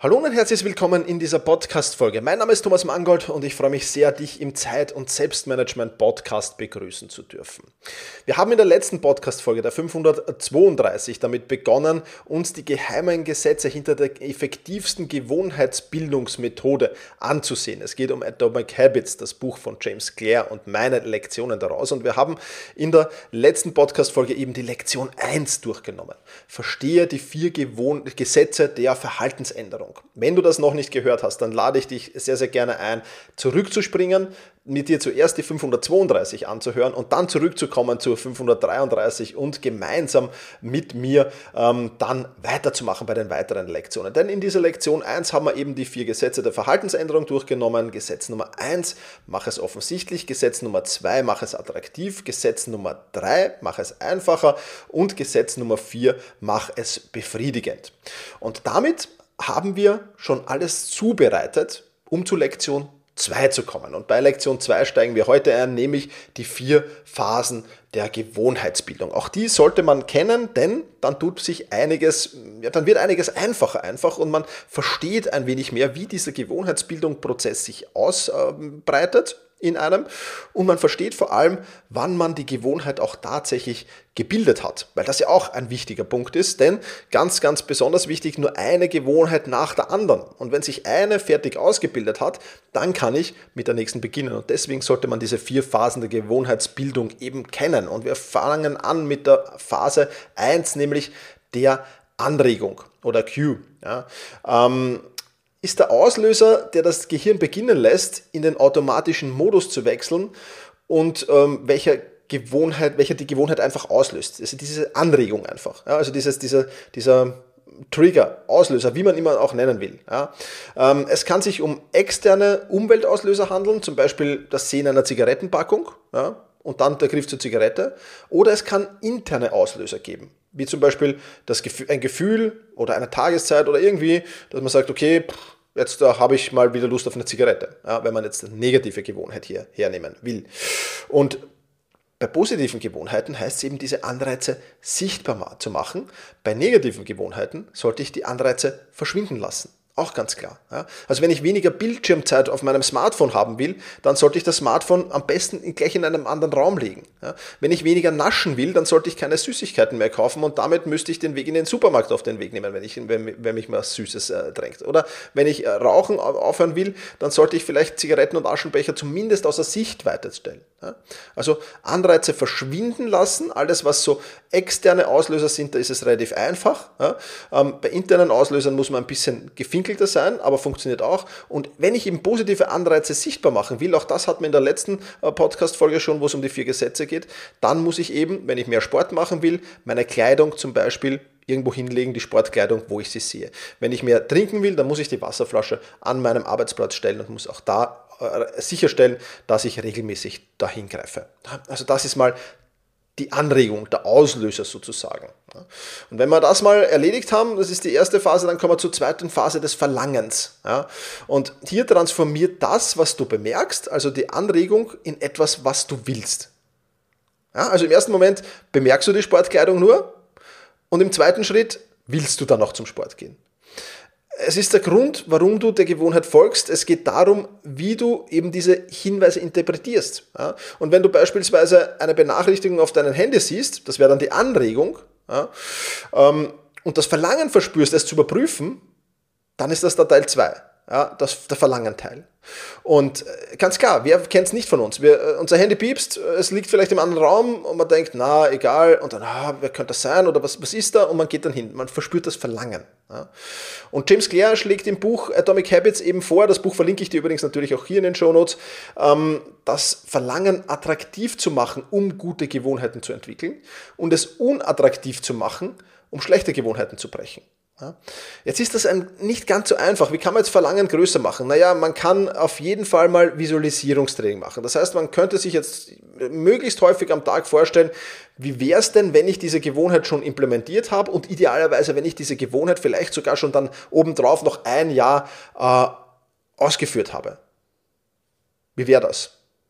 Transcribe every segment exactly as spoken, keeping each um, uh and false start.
Hallo und herzlich willkommen in dieser Podcast-Folge. Mein Name ist Thomas Mangold und ich freue mich sehr, dich im Zeit- und Selbstmanagement-Podcast begrüßen zu dürfen. Wir haben in der letzten Podcast-Folge, der fünfhundertzweiunddreißig, damit begonnen, uns die geheimen Gesetze hinter der effektivsten Gewohnheitsbildungsmethode anzusehen. Es geht um Atomic Habits, das Buch von James Clear und meine Lektionen daraus. Und wir haben in der letzten Podcast-Folge eben die Lektion eins durchgenommen. Verstehe die vier Gewohn- Gesetze der Verhaltensänderung. Wenn du das noch nicht gehört hast, dann lade ich dich sehr, sehr gerne ein, zurückzuspringen, mit dir zuerst die fünfhundertzweiunddreißig anzuhören und dann zurückzukommen zur fünfhundertdreiunddreißig und gemeinsam mit mir ähm, dann weiterzumachen bei den weiteren Lektionen. Denn in dieser Lektion eins haben wir eben die vier Gesetze der Verhaltensänderung durchgenommen. Gesetz Nummer eins, mach es offensichtlich. Gesetz Nummer zwei, mach es attraktiv. Gesetz Nummer drei, mach es einfacher. Und Gesetz Nummer vier, mach es befriedigend. Und damit haben wir schon alles zubereitet, um zu Lektion zwei zu kommen. Und bei Lektion zwei steigen wir heute ein, nämlich die vier Phasen der Gewohnheitsbildung. Auch die sollte man kennen, denn dann tut sich einiges, ja, dann wird einiges einfacher einfach und man versteht ein wenig mehr, wie dieser Gewohnheitsbildungsprozess sich ausbreitet in einem und man versteht vor allem, wann man die Gewohnheit auch tatsächlich gebildet hat, weil das ja auch ein wichtiger Punkt ist, denn ganz, ganz besonders wichtig, nur eine Gewohnheit nach der anderen. Und wenn sich eine fertig ausgebildet hat, dann kann ich mit der nächsten beginnen. Und deswegen sollte man diese vier Phasen der Gewohnheitsbildung eben kennen. Und wir fangen an mit der Phase eins, nämlich der Anregung oder Cue. Ja, ähm, ist der Auslöser, der das Gehirn beginnen lässt, in den automatischen Modus zu wechseln und ähm, welcher Gewohnheit, welcher die Gewohnheit einfach auslöst. Also diese Anregung einfach. Ja, also dieses, dieser, dieser Trigger, Auslöser, wie man immer auch nennen will. Ja. Ähm, es kann sich um externe Umweltauslöser handeln, zum Beispiel das Sehen einer Zigarettenpackung, ja, und dann der Griff zur Zigarette. Oder es kann interne Auslöser geben, wie zum Beispiel das Gefühl, ein Gefühl oder eine Tageszeit oder irgendwie, dass man sagt, okay, pff, jetzt äh, habe ich mal wieder Lust auf eine Zigarette, ja, wenn man jetzt eine negative Gewohnheit hier hernehmen will. Und bei positiven Gewohnheiten heißt es eben, diese Anreize sichtbar zu machen. Bei negativen Gewohnheiten sollte ich die Anreize verschwinden lassen. Auch ganz klar. Ja. Also wenn ich weniger Bildschirmzeit auf meinem Smartphone haben will, dann sollte ich das Smartphone am besten gleich in einem anderen Raum legen. Ja. Wenn ich weniger naschen will, dann sollte ich keine Süßigkeiten mehr kaufen und damit müsste ich den Weg in den Supermarkt auf den Weg nehmen, wenn, ich, wenn, wenn mich was Süßes äh, drängt. Oder wenn ich äh, Rauchen aufhören will, dann sollte ich vielleicht Zigaretten und Aschenbecher zumindest außer Sichtweite stellen. Ja. Also Anreize verschwinden lassen, alles was so externe Auslöser sind, da ist es relativ einfach. Ja. Ähm, bei internen Auslösern muss man ein bisschen gefinkt sein, aber funktioniert auch. Und wenn ich eben positive Anreize sichtbar machen will, auch das hat man in der letzten Podcast-Folge schon, wo es um die vier Gesetze geht, dann muss ich eben, wenn ich mehr Sport machen will, meine Kleidung zum Beispiel irgendwo hinlegen, die Sportkleidung, wo ich sie sehe. Wenn ich mehr trinken will, dann muss ich die Wasserflasche an meinem Arbeitsplatz stellen und muss auch da äh, sicherstellen, dass ich regelmäßig dahin greife. Also das ist mal die Anregung, der Auslöser sozusagen. Und wenn wir das mal erledigt haben, das ist die erste Phase, dann kommen wir zur zweiten Phase des Verlangens. Und hier transformiert das, was du bemerkst, also die Anregung, in etwas, was du willst. Also im ersten Moment bemerkst du die Sportkleidung nur und im zweiten Schritt willst du dann auch zum Sport gehen. Es ist der Grund, warum du der Gewohnheit folgst. Es geht darum, wie du eben diese Hinweise interpretierst. Ja? Und wenn du beispielsweise eine Benachrichtigung auf deinem Handy siehst, das wäre dann die Anregung, ja, ähm, und das Verlangen verspürst, es zu überprüfen, dann ist das der Teil zwei. Ja, das, der Verlangenteil. Und ganz klar, wer kennt es nicht von uns? Wir, unser Handy piepst, es liegt vielleicht im anderen Raum und man denkt, na, egal, und dann, ah, wer könnte das sein oder was, was ist da? Und man geht dann hin, man verspürt das Verlangen. Ja. Und James Clear schlägt im Buch Atomic Habits eben vor, das Buch verlinke ich dir übrigens natürlich auch hier in den Shownotes, ähm, das Verlangen attraktiv zu machen, um gute Gewohnheiten zu entwickeln und es unattraktiv zu machen, um schlechte Gewohnheiten zu brechen. Ja. Jetzt ist das ein, nicht ganz so einfach. Wie kann man jetzt Verlangen größer machen? Naja, man kann auf jeden Fall mal Visualisierungstraining machen. Das heißt, man könnte sich jetzt möglichst häufig am Tag vorstellen, wie wäre es denn, wenn ich diese Gewohnheit schon implementiert habe und idealerweise, wenn ich diese Gewohnheit vielleicht sogar schon dann obendrauf noch ein Jahr äh, ausgeführt habe. Wie wäre das?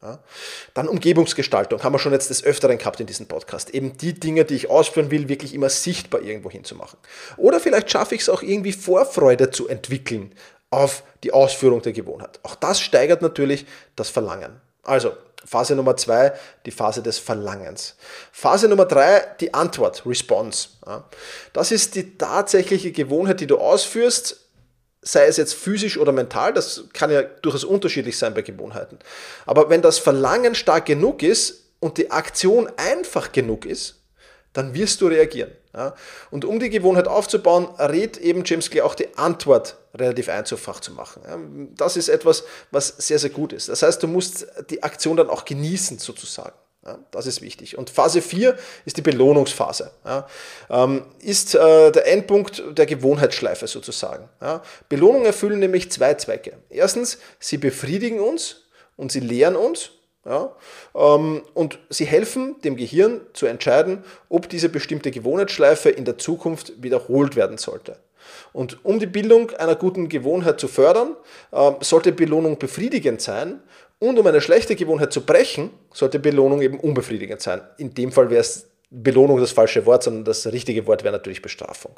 Ja. Dann Umgebungsgestaltung, haben wir schon jetzt des Öfteren gehabt in diesem Podcast. Eben die Dinge, die ich ausführen will, wirklich immer sichtbar irgendwo hinzumachen. Oder vielleicht schaffe ich es auch irgendwie Vorfreude zu entwickeln auf die Ausführung der Gewohnheit. Auch das steigert natürlich das Verlangen. Also Phase Nummer zwei, die Phase des Verlangens. Phase Nummer drei, die Antwort, Response. Ja. Das ist die tatsächliche Gewohnheit, die du ausführst, sei es jetzt physisch oder mental, das kann ja durchaus unterschiedlich sein bei Gewohnheiten. Aber wenn das Verlangen stark genug ist und die Aktion einfach genug ist, dann wirst du reagieren. Ja? Und um die Gewohnheit aufzubauen, rät eben James Clear auch die Antwort relativ einfach zu machen. Ja? Das ist etwas, was sehr, sehr gut ist. Das heißt, du musst die Aktion dann auch genießen sozusagen. Ja, das ist wichtig. Und Phase vier ist die Belohnungsphase. Ja, ähm, ist äh, der Endpunkt der Gewohnheitsschleife sozusagen. Ja, Belohnungen erfüllen nämlich zwei Zwecke. Erstens, sie befriedigen uns und sie lehren uns. Ja, ähm, und sie helfen dem Gehirn zu entscheiden, ob diese bestimmte Gewohnheitsschleife in der Zukunft wiederholt werden sollte. Und um die Bildung einer guten Gewohnheit zu fördern, äh, sollte Belohnung befriedigend sein. Und um eine schlechte Gewohnheit zu brechen, sollte Belohnung eben unbefriedigend sein. In dem Fall wäre es Belohnung das falsche Wort, sondern das richtige Wort wäre natürlich Bestrafung.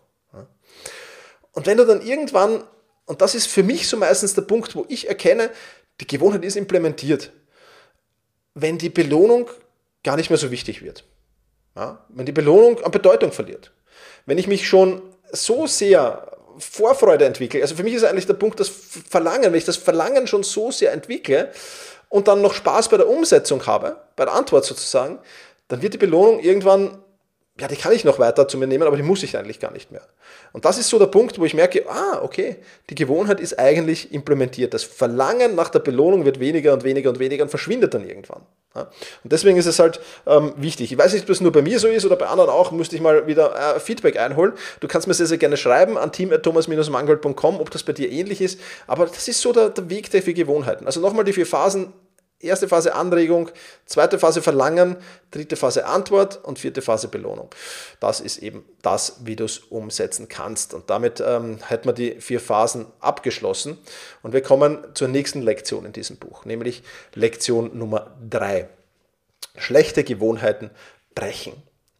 Und wenn du dann irgendwann, und das ist für mich so meistens der Punkt, wo ich erkenne, die Gewohnheit ist implementiert, wenn die Belohnung gar nicht mehr so wichtig wird. Ja? Wenn die Belohnung an Bedeutung verliert. Wenn ich mich schon so sehr Vorfreude entwickle, also für mich ist eigentlich der Punkt das Verlangen, wenn ich das Verlangen schon so sehr entwickle und dann noch Spaß bei der Umsetzung habe, bei der Antwort sozusagen, dann wird die Belohnung irgendwann, ja, die kann ich noch weiter zu mir nehmen, aber die muss ich eigentlich gar nicht mehr. Und das ist so der Punkt, wo ich merke, ah, okay, die Gewohnheit ist eigentlich implementiert. Das Verlangen nach der Belohnung wird weniger und weniger und weniger und verschwindet dann irgendwann. Ja? Und deswegen ist es halt ähm, wichtig. Ich weiß nicht, ob das nur bei mir so ist oder bei anderen auch, müsste ich mal wieder äh, Feedback einholen. Du kannst mir sehr, sehr gerne schreiben an team at thomas dash mangold punkt com, ob das bei dir ähnlich ist. Aber das ist so der, der Weg der vier Gewohnheiten. Also nochmal die vier Phasen. Erste Phase Anregung, zweite Phase Verlangen, dritte Phase Antwort und vierte Phase Belohnung. Das ist eben das, wie du es umsetzen kannst. Und damit ähm, hätten wir die vier Phasen abgeschlossen. Und wir kommen zur nächsten Lektion in diesem Buch, nämlich Lektion Nummer drei. Schlechte Gewohnheiten brechen.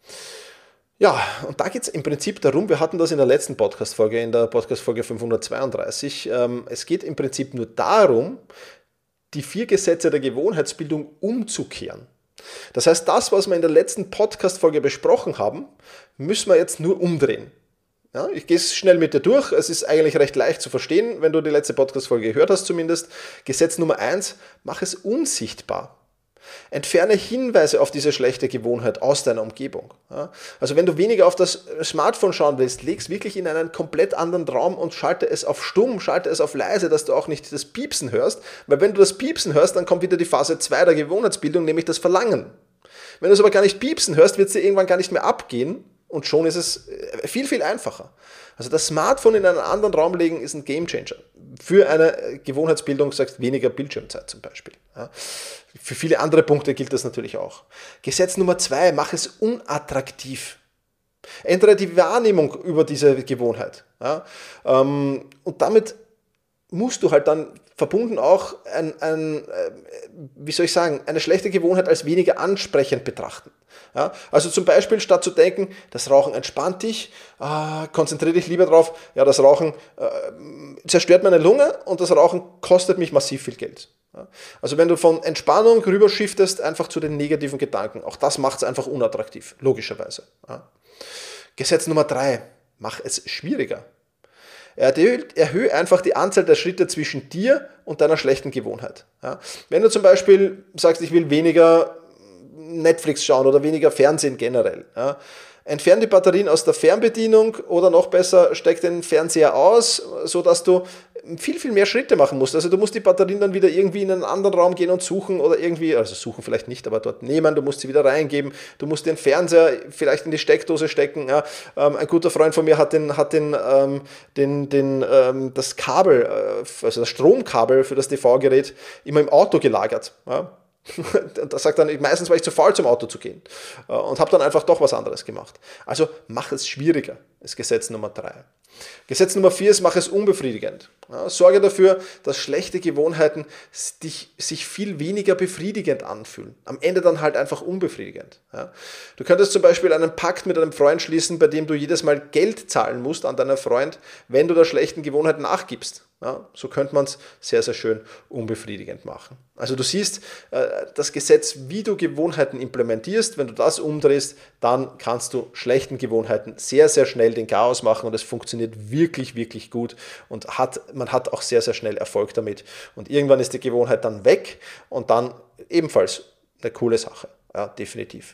Ja, und da geht es im Prinzip darum, wir hatten das in der letzten Podcast-Folge, in der Podcast-Folge fünfhundertzweiunddreißig. Ähm, es geht im Prinzip nur darum, die vier Gesetze der Gewohnheitsbildung umzukehren. Das heißt, das, was wir in der letzten Podcast-Folge besprochen haben, müssen wir jetzt nur umdrehen. Ja, ich gehe es schnell mit dir durch. Es ist eigentlich recht leicht zu verstehen, wenn du die letzte Podcast-Folge gehört hast zumindest. Gesetz Nummer eins, mach es unsichtbar. Entferne Hinweise auf diese schlechte Gewohnheit aus deiner Umgebung. Ja, also wenn du weniger auf das Smartphone schauen willst, leg es wirklich in einen komplett anderen Raum und schalte es auf stumm, schalte es auf leise, dass du auch nicht das Piepsen hörst. Weil wenn du das Piepsen hörst, dann kommt wieder die Phase zwei der Gewohnheitsbildung, nämlich das Verlangen. Wenn du es aber gar nicht piepsen hörst, wird es dir irgendwann gar nicht mehr abgehen und schon ist es viel, viel einfacher. Also das Smartphone in einen anderen Raum legen ist ein Gamechanger. Für eine Gewohnheitsbildung sagst weniger Bildschirmzeit zum Beispiel. Ja. Für viele andere Punkte gilt das natürlich auch. Gesetz Nummer zwei, mach es unattraktiv. Ändere die Wahrnehmung über diese Gewohnheit. Ja. Und damit musst du halt dann verbunden auch ein, ein, wie soll ich sagen, eine schlechte Gewohnheit als weniger ansprechend betrachten. Ja, also zum Beispiel statt zu denken, das Rauchen entspannt dich, äh, konzentriere dich lieber drauf, ja, das Rauchen äh, zerstört meine Lunge und das Rauchen kostet mich massiv viel Geld. Ja, also wenn du von Entspannung rüberschiftest, einfach zu den negativen Gedanken, auch das macht es einfach unattraktiv, logischerweise. Ja. Gesetz Nummer drei, mach es schwieriger. Erhöhe einfach die Anzahl der Schritte zwischen dir und deiner schlechten Gewohnheit. Ja. Wenn du zum Beispiel sagst, ich will weniger Netflix schauen oder weniger Fernsehen generell, ja, entferne die Batterien aus der Fernbedienung oder noch besser, steck den Fernseher aus, sodass du viel, viel mehr Schritte machen musst. Also du musst die Batterien dann wieder irgendwie in einen anderen Raum gehen und suchen oder irgendwie, also suchen vielleicht nicht, aber dort nehmen, du musst sie wieder reingeben, du musst den Fernseher vielleicht in die Steckdose stecken. Ja. Ähm, ein guter Freund von mir hat, den, hat den, ähm, den, den, ähm, das Kabel, äh, also das Stromkabel für das T V-Gerät immer im Auto gelagert. Ja. Da sagt dann, meistens war ich zu faul, zum Auto zu gehen und habe dann einfach doch was anderes gemacht. Also mach es schwieriger, ist Gesetz Nummer drei. Gesetz Nummer vier ist, mach es unbefriedigend. Ja, sorge dafür, dass schlechte Gewohnheiten dich, sich viel weniger befriedigend anfühlen. Am Ende dann halt einfach unbefriedigend. Ja. Du könntest zum Beispiel einen Pakt mit einem Freund schließen, bei dem du jedes Mal Geld zahlen musst an deinen Freund, wenn du der schlechten Gewohnheit nachgibst. Ja, so könnte man es sehr, sehr schön unbefriedigend machen. Also du siehst, das Gesetz, wie du Gewohnheiten implementierst, wenn du das umdrehst, dann kannst du schlechten Gewohnheiten sehr, sehr schnell den Chaos machen und es funktioniert wirklich, wirklich gut und hat, man hat auch sehr, sehr schnell Erfolg damit. Und irgendwann ist die Gewohnheit dann weg und dann ebenfalls eine coole Sache, ja, definitiv.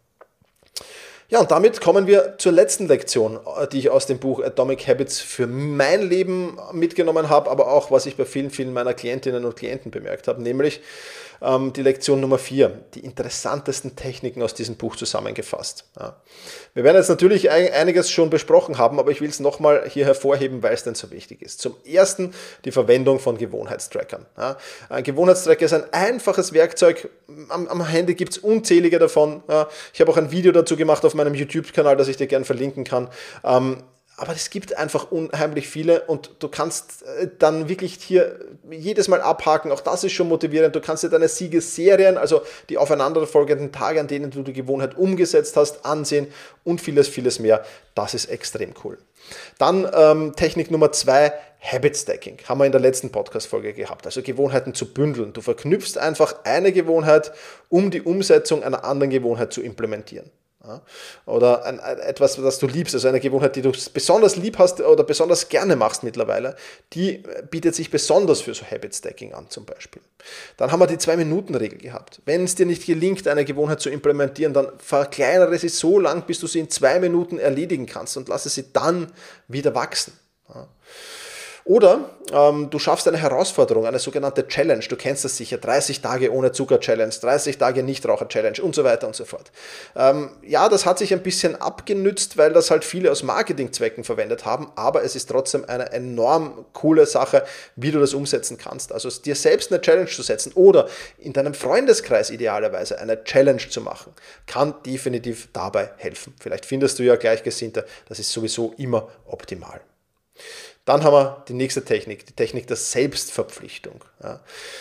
Ja, und damit kommen wir zur letzten Lektion, die ich aus dem Buch Atomic Habits für mein Leben mitgenommen habe, aber auch, was ich bei vielen, vielen meiner Klientinnen und Klienten bemerkt habe, nämlich ähm, die Lektion Nummer vier, die interessantesten Techniken aus diesem Buch zusammengefasst. Ja. Wir werden jetzt natürlich einiges schon besprochen haben, aber ich will es nochmal hier hervorheben, weil es denn so wichtig ist. Zum Ersten die Verwendung von Gewohnheitstrackern. Ja. Ein Gewohnheitstracker ist ein einfaches Werkzeug, am, am Handy gibt es unzählige davon. Ja. Ich habe auch ein Video dazu gemacht auf meinem YouTube-Kanal, das ich dir gerne verlinken kann. Ähm, aber es gibt einfach unheimlich viele und du kannst dann wirklich hier jedes Mal abhaken, auch das ist schon motivierend. Du kannst dir deine Siegesserien, also die aufeinanderfolgenden Tage, an denen du die Gewohnheit umgesetzt hast, ansehen und vieles, vieles mehr. Das ist extrem cool. Dann ähm, Technik Nummer zwei, Habit Stacking, haben wir in der letzten Podcast-Folge gehabt, also Gewohnheiten zu bündeln. Du verknüpfst einfach eine Gewohnheit, um die Umsetzung einer anderen Gewohnheit zu implementieren. Ja, oder ein, ein, etwas, das du liebst, also eine Gewohnheit, die du besonders lieb hast oder besonders gerne machst mittlerweile, die bietet sich besonders für so Habit Stacking an zum Beispiel. Dann haben wir die Zwei-Minuten-Regel gehabt. Wenn es dir nicht gelingt, eine Gewohnheit zu implementieren, dann verkleinere sie so lang, bis du sie in zwei Minuten erledigen kannst und lasse sie dann wieder wachsen. Ja. Oder ähm, du schaffst eine Herausforderung, eine sogenannte Challenge. Du kennst das sicher, dreißig Tage ohne Zucker-Challenge, dreißig Tage Nichtraucher-Challenge und so weiter und so fort. Ähm, ja, das hat sich ein bisschen abgenützt, weil das halt viele aus Marketingzwecken verwendet haben, aber es ist trotzdem eine enorm coole Sache, wie du das umsetzen kannst. Also dir selbst eine Challenge zu setzen oder in deinem Freundeskreis idealerweise eine Challenge zu machen, kann definitiv dabei helfen. Vielleicht findest du ja Gleichgesinnte, das ist sowieso immer optimal. Dann haben wir die nächste Technik, die Technik der Selbstverpflichtung. Ja.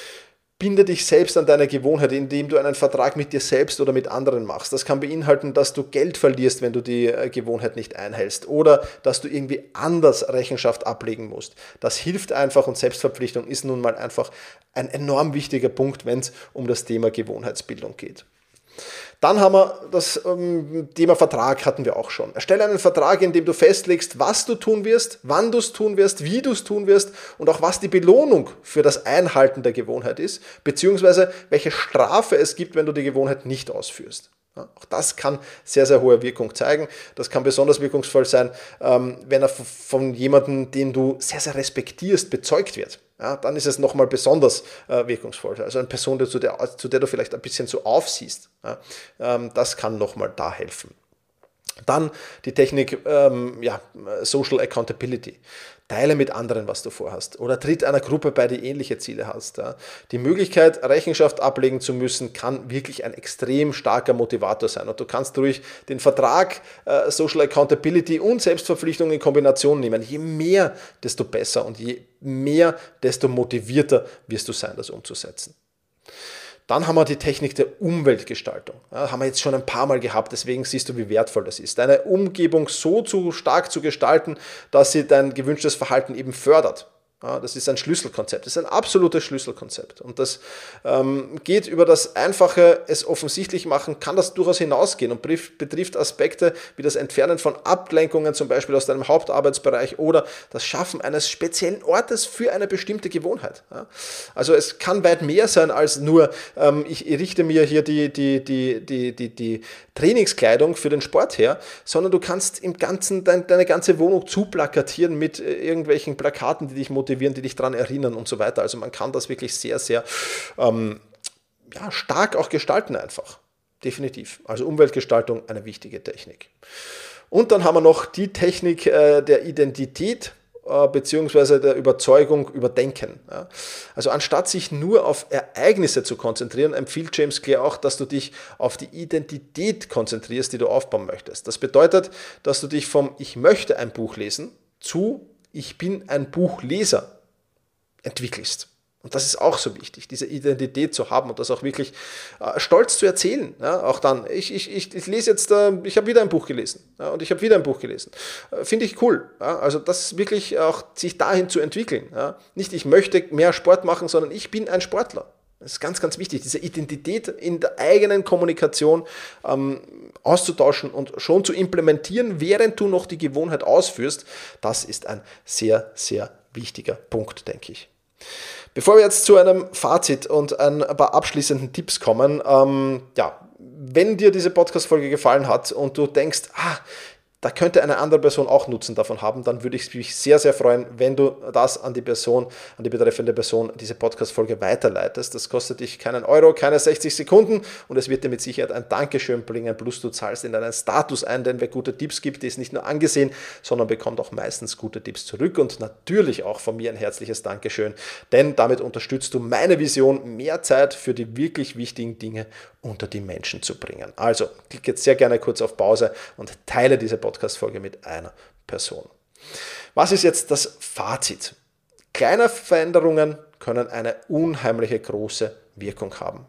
Binde dich selbst an deine Gewohnheit, indem du einen Vertrag mit dir selbst oder mit anderen machst. Das kann beinhalten, dass du Geld verlierst, wenn du die Gewohnheit nicht einhältst oder dass du irgendwie anders Rechenschaft ablegen musst. Das hilft einfach und Selbstverpflichtung ist nun mal einfach ein enorm wichtiger Punkt, wenn es um das Thema Gewohnheitsbildung geht. Dann haben wir das ähm, Thema Vertrag, hatten wir auch schon. Erstelle einen Vertrag, in dem du festlegst, was du tun wirst, wann du es tun wirst, wie du es tun wirst und auch was die Belohnung für das Einhalten der Gewohnheit ist, beziehungsweise welche Strafe es gibt, wenn du die Gewohnheit nicht ausführst. Ja, auch das kann sehr, sehr hohe Wirkung zeigen. Das kann besonders wirkungsvoll sein, ähm, wenn er von jemandem, den du sehr, sehr respektierst, bezeugt wird. Ja, dann ist es nochmal besonders äh, wirkungsvoll. Also eine Person, die, zu, der, zu der du vielleicht ein bisschen so aufsiehst. Ja, ähm, das kann nochmal da helfen. Dann die Technik ähm, ja, Social Accountability. Teile mit anderen, was du vorhast. Oder tritt einer Gruppe bei, die ähnliche Ziele hast. Ja. Die Möglichkeit, Rechenschaft ablegen zu müssen, kann wirklich ein extrem starker Motivator sein. Und du kannst durch den Vertrag äh, Social Accountability und Selbstverpflichtung in Kombination nehmen. Je mehr, desto besser und je mehr, desto motivierter wirst du sein, das umzusetzen. Dann haben wir die Technik der Umweltgestaltung. Ja, haben wir jetzt schon ein paar Mal gehabt, deswegen siehst du, wie wertvoll das ist. Deine Umgebung so zu stark zu gestalten, dass sie dein gewünschtes Verhalten eben fördert. Ja, das ist ein Schlüsselkonzept, das ist ein absolutes Schlüsselkonzept. Und das ähm, geht über das einfache, es offensichtlich machen, kann das durchaus hinausgehen und betrifft Aspekte wie das Entfernen von Ablenkungen, zum Beispiel aus deinem Hauptarbeitsbereich oder das Schaffen eines speziellen Ortes für eine bestimmte Gewohnheit. Ja, also es kann weit mehr sein als nur, ähm, ich richte mir hier die, die, die, die, die, die Trainingskleidung für den Sport her, sondern du kannst im Ganzen dein, deine ganze Wohnung zuplakatieren mit äh, irgendwelchen Plakaten, die dich motivieren, die dich daran erinnern und so weiter. Also man kann das wirklich sehr, sehr ähm, ja, stark auch gestalten einfach. Definitiv. Also Umweltgestaltung, eine wichtige Technik. Und dann haben wir noch die Technik äh, der Identität äh, beziehungsweise der Überzeugung überdenken. Ja. Also anstatt sich nur auf Ereignisse zu konzentrieren, empfiehlt James Clear auch, dass du dich auf die Identität konzentrierst, die du aufbauen möchtest. Das bedeutet, dass du dich vom Ich möchte ein Buch lesen zu ich bin ein Buchleser entwickelst. Und das ist auch so wichtig, diese Identität zu haben und das auch wirklich äh, stolz zu erzählen. Ja, auch dann, ich, ich, ich, ich lese jetzt, äh, ich habe wieder ein Buch gelesen ja, und ich habe wieder ein Buch gelesen. Äh, Finde ich cool. Ja, also das wirklich auch sich dahin zu entwickeln. Ja. Nicht, ich möchte mehr Sport machen, sondern ich bin ein Sportler. Das ist ganz, ganz wichtig, diese Identität in der eigenen Kommunikation ähm, auszutauschen und schon zu implementieren, während du noch die Gewohnheit ausführst. Das ist ein sehr, sehr wichtiger Punkt, denke ich. Bevor wir jetzt zu einem Fazit und ein paar abschließenden Tipps kommen, ähm, ja, wenn dir diese Podcast-Folge gefallen hat und du denkst, ah, da könnte eine andere Person auch Nutzen davon haben, dann würde ich mich sehr, sehr freuen, wenn du das an die Person, an die betreffende Person, diese Podcast-Folge weiterleitest. Das kostet dich keinen Euro, keine sechzig Sekunden und es wird dir mit Sicherheit ein Dankeschön bringen, plus du zahlst in deinen Status ein, denn wer gute Tipps gibt, ist nicht nur angesehen, sondern bekommt auch meistens gute Tipps zurück und natürlich auch von mir ein herzliches Dankeschön, denn damit unterstützt du meine Vision, mehr Zeit für die wirklich wichtigen Dinge unter die Menschen zu bringen. Also, klick jetzt sehr gerne kurz auf Pause und teile diese Podcast-Folge mit einer Person. Was ist jetzt das Fazit? Kleine Veränderungen können eine unheimliche große Wirkung haben.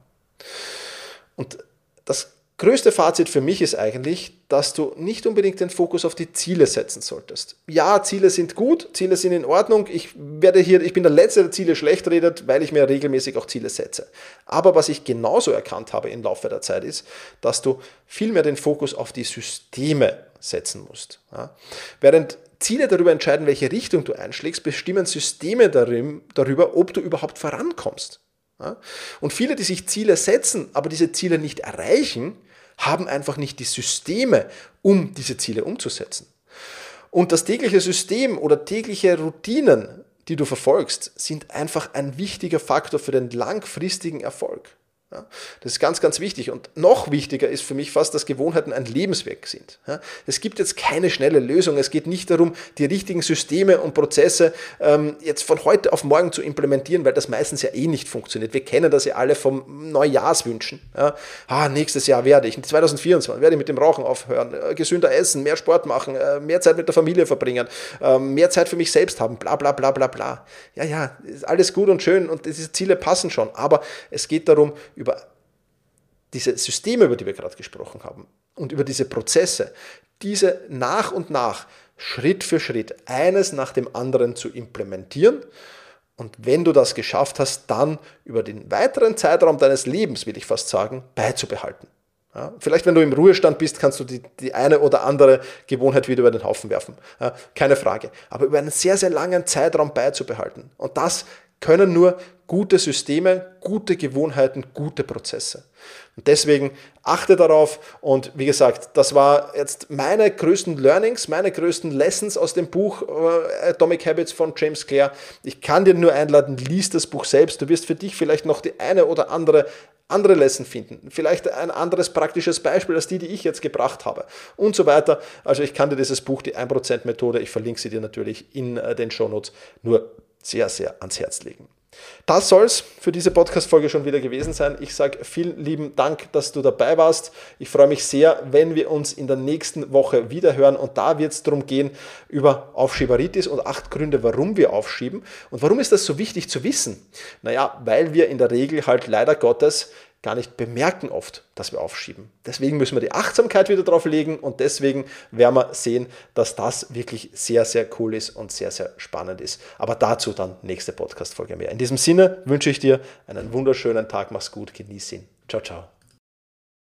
Und das größte Fazit für mich ist eigentlich, dass du nicht unbedingt den Fokus auf die Ziele setzen solltest. Ja, Ziele sind gut, Ziele sind in Ordnung. Ich werde hier, ich bin der Letzte, der Ziele schlecht redet, weil ich mir regelmäßig auch Ziele setze. Aber was ich genauso erkannt habe im Laufe der Zeit ist, dass du vielmehr den Fokus auf die Systeme setzen musst. Ja. Während Ziele darüber entscheiden, welche Richtung du einschlägst, bestimmen Systeme darüber, ob du überhaupt vorankommst. Ja. Und viele, die sich Ziele setzen, aber diese Ziele nicht erreichen, haben einfach nicht die Systeme, um diese Ziele umzusetzen. Und das tägliche System oder tägliche Routinen, die du verfolgst, sind einfach ein wichtiger Faktor für den langfristigen Erfolg. Ja, das ist ganz, ganz wichtig. Und noch wichtiger ist für mich fast, dass Gewohnheiten ein Lebenswerk sind. Ja, es gibt jetzt keine schnelle Lösung. Es geht nicht darum, die richtigen Systeme und Prozesse ähm, jetzt von heute auf morgen zu implementieren, weil das meistens ja eh nicht funktioniert. Wir kennen das ja alle vom Neujahrswünschen. Ja, ah, nächstes Jahr werde ich, zwanzig vierundzwanzig werde ich mit dem Rauchen aufhören, äh, gesünder essen, mehr Sport machen, äh, mehr Zeit mit der Familie verbringen, äh, mehr Zeit für mich selbst haben, bla bla bla bla bla. Ja, ja, ist alles gut und schön und diese Ziele passen schon. Aber es geht darum, über diese Systeme, über die wir gerade gesprochen haben und über diese Prozesse, diese nach und nach, Schritt für Schritt, eines nach dem anderen zu implementieren. Und wenn du das geschafft hast, dann über den weiteren Zeitraum deines Lebens, will ich fast sagen, beizubehalten. Ja, vielleicht, wenn du im Ruhestand bist, kannst du die, die eine oder andere Gewohnheit wieder über den Haufen werfen. Ja, keine Frage. Aber über einen sehr, sehr langen Zeitraum beizubehalten. Und das können nur gute Systeme, gute Gewohnheiten, gute Prozesse. Und deswegen achte darauf und wie gesagt, das war jetzt meine größten Learnings, meine größten Lessons aus dem Buch äh, Atomic Habits von James Clear. Ich kann dir nur einladen, lies das Buch selbst. Du wirst für dich vielleicht noch die eine oder andere andere Lesson finden, vielleicht ein anderes praktisches Beispiel als die, die ich jetzt gebracht habe und so weiter. Also ich kann dir dieses Buch, die ein Prozent Methode, ich verlinke sie dir natürlich in äh, den Shownotes, nur sehr, sehr ans Herz legen. Das soll es für diese Podcast-Folge schon wieder gewesen sein. Ich sage vielen lieben Dank, dass du dabei warst. Ich freue mich sehr, wenn wir uns in der nächsten Woche wieder hören. Und da wird es darum gehen, über Aufschieberitis und acht Gründe, warum wir aufschieben. Und warum ist das so wichtig zu wissen? Naja, weil wir in der Regel halt leider Gottes gar nicht bemerken oft, dass wir aufschieben. Deswegen müssen wir die Achtsamkeit wieder drauf legen und deswegen werden wir sehen, dass das wirklich sehr, sehr cool ist und sehr, sehr spannend ist. Aber dazu dann nächste Podcast-Folge mehr. In diesem Sinne wünsche ich dir einen wunderschönen Tag, mach's gut, genieß ihn. Ciao, ciao.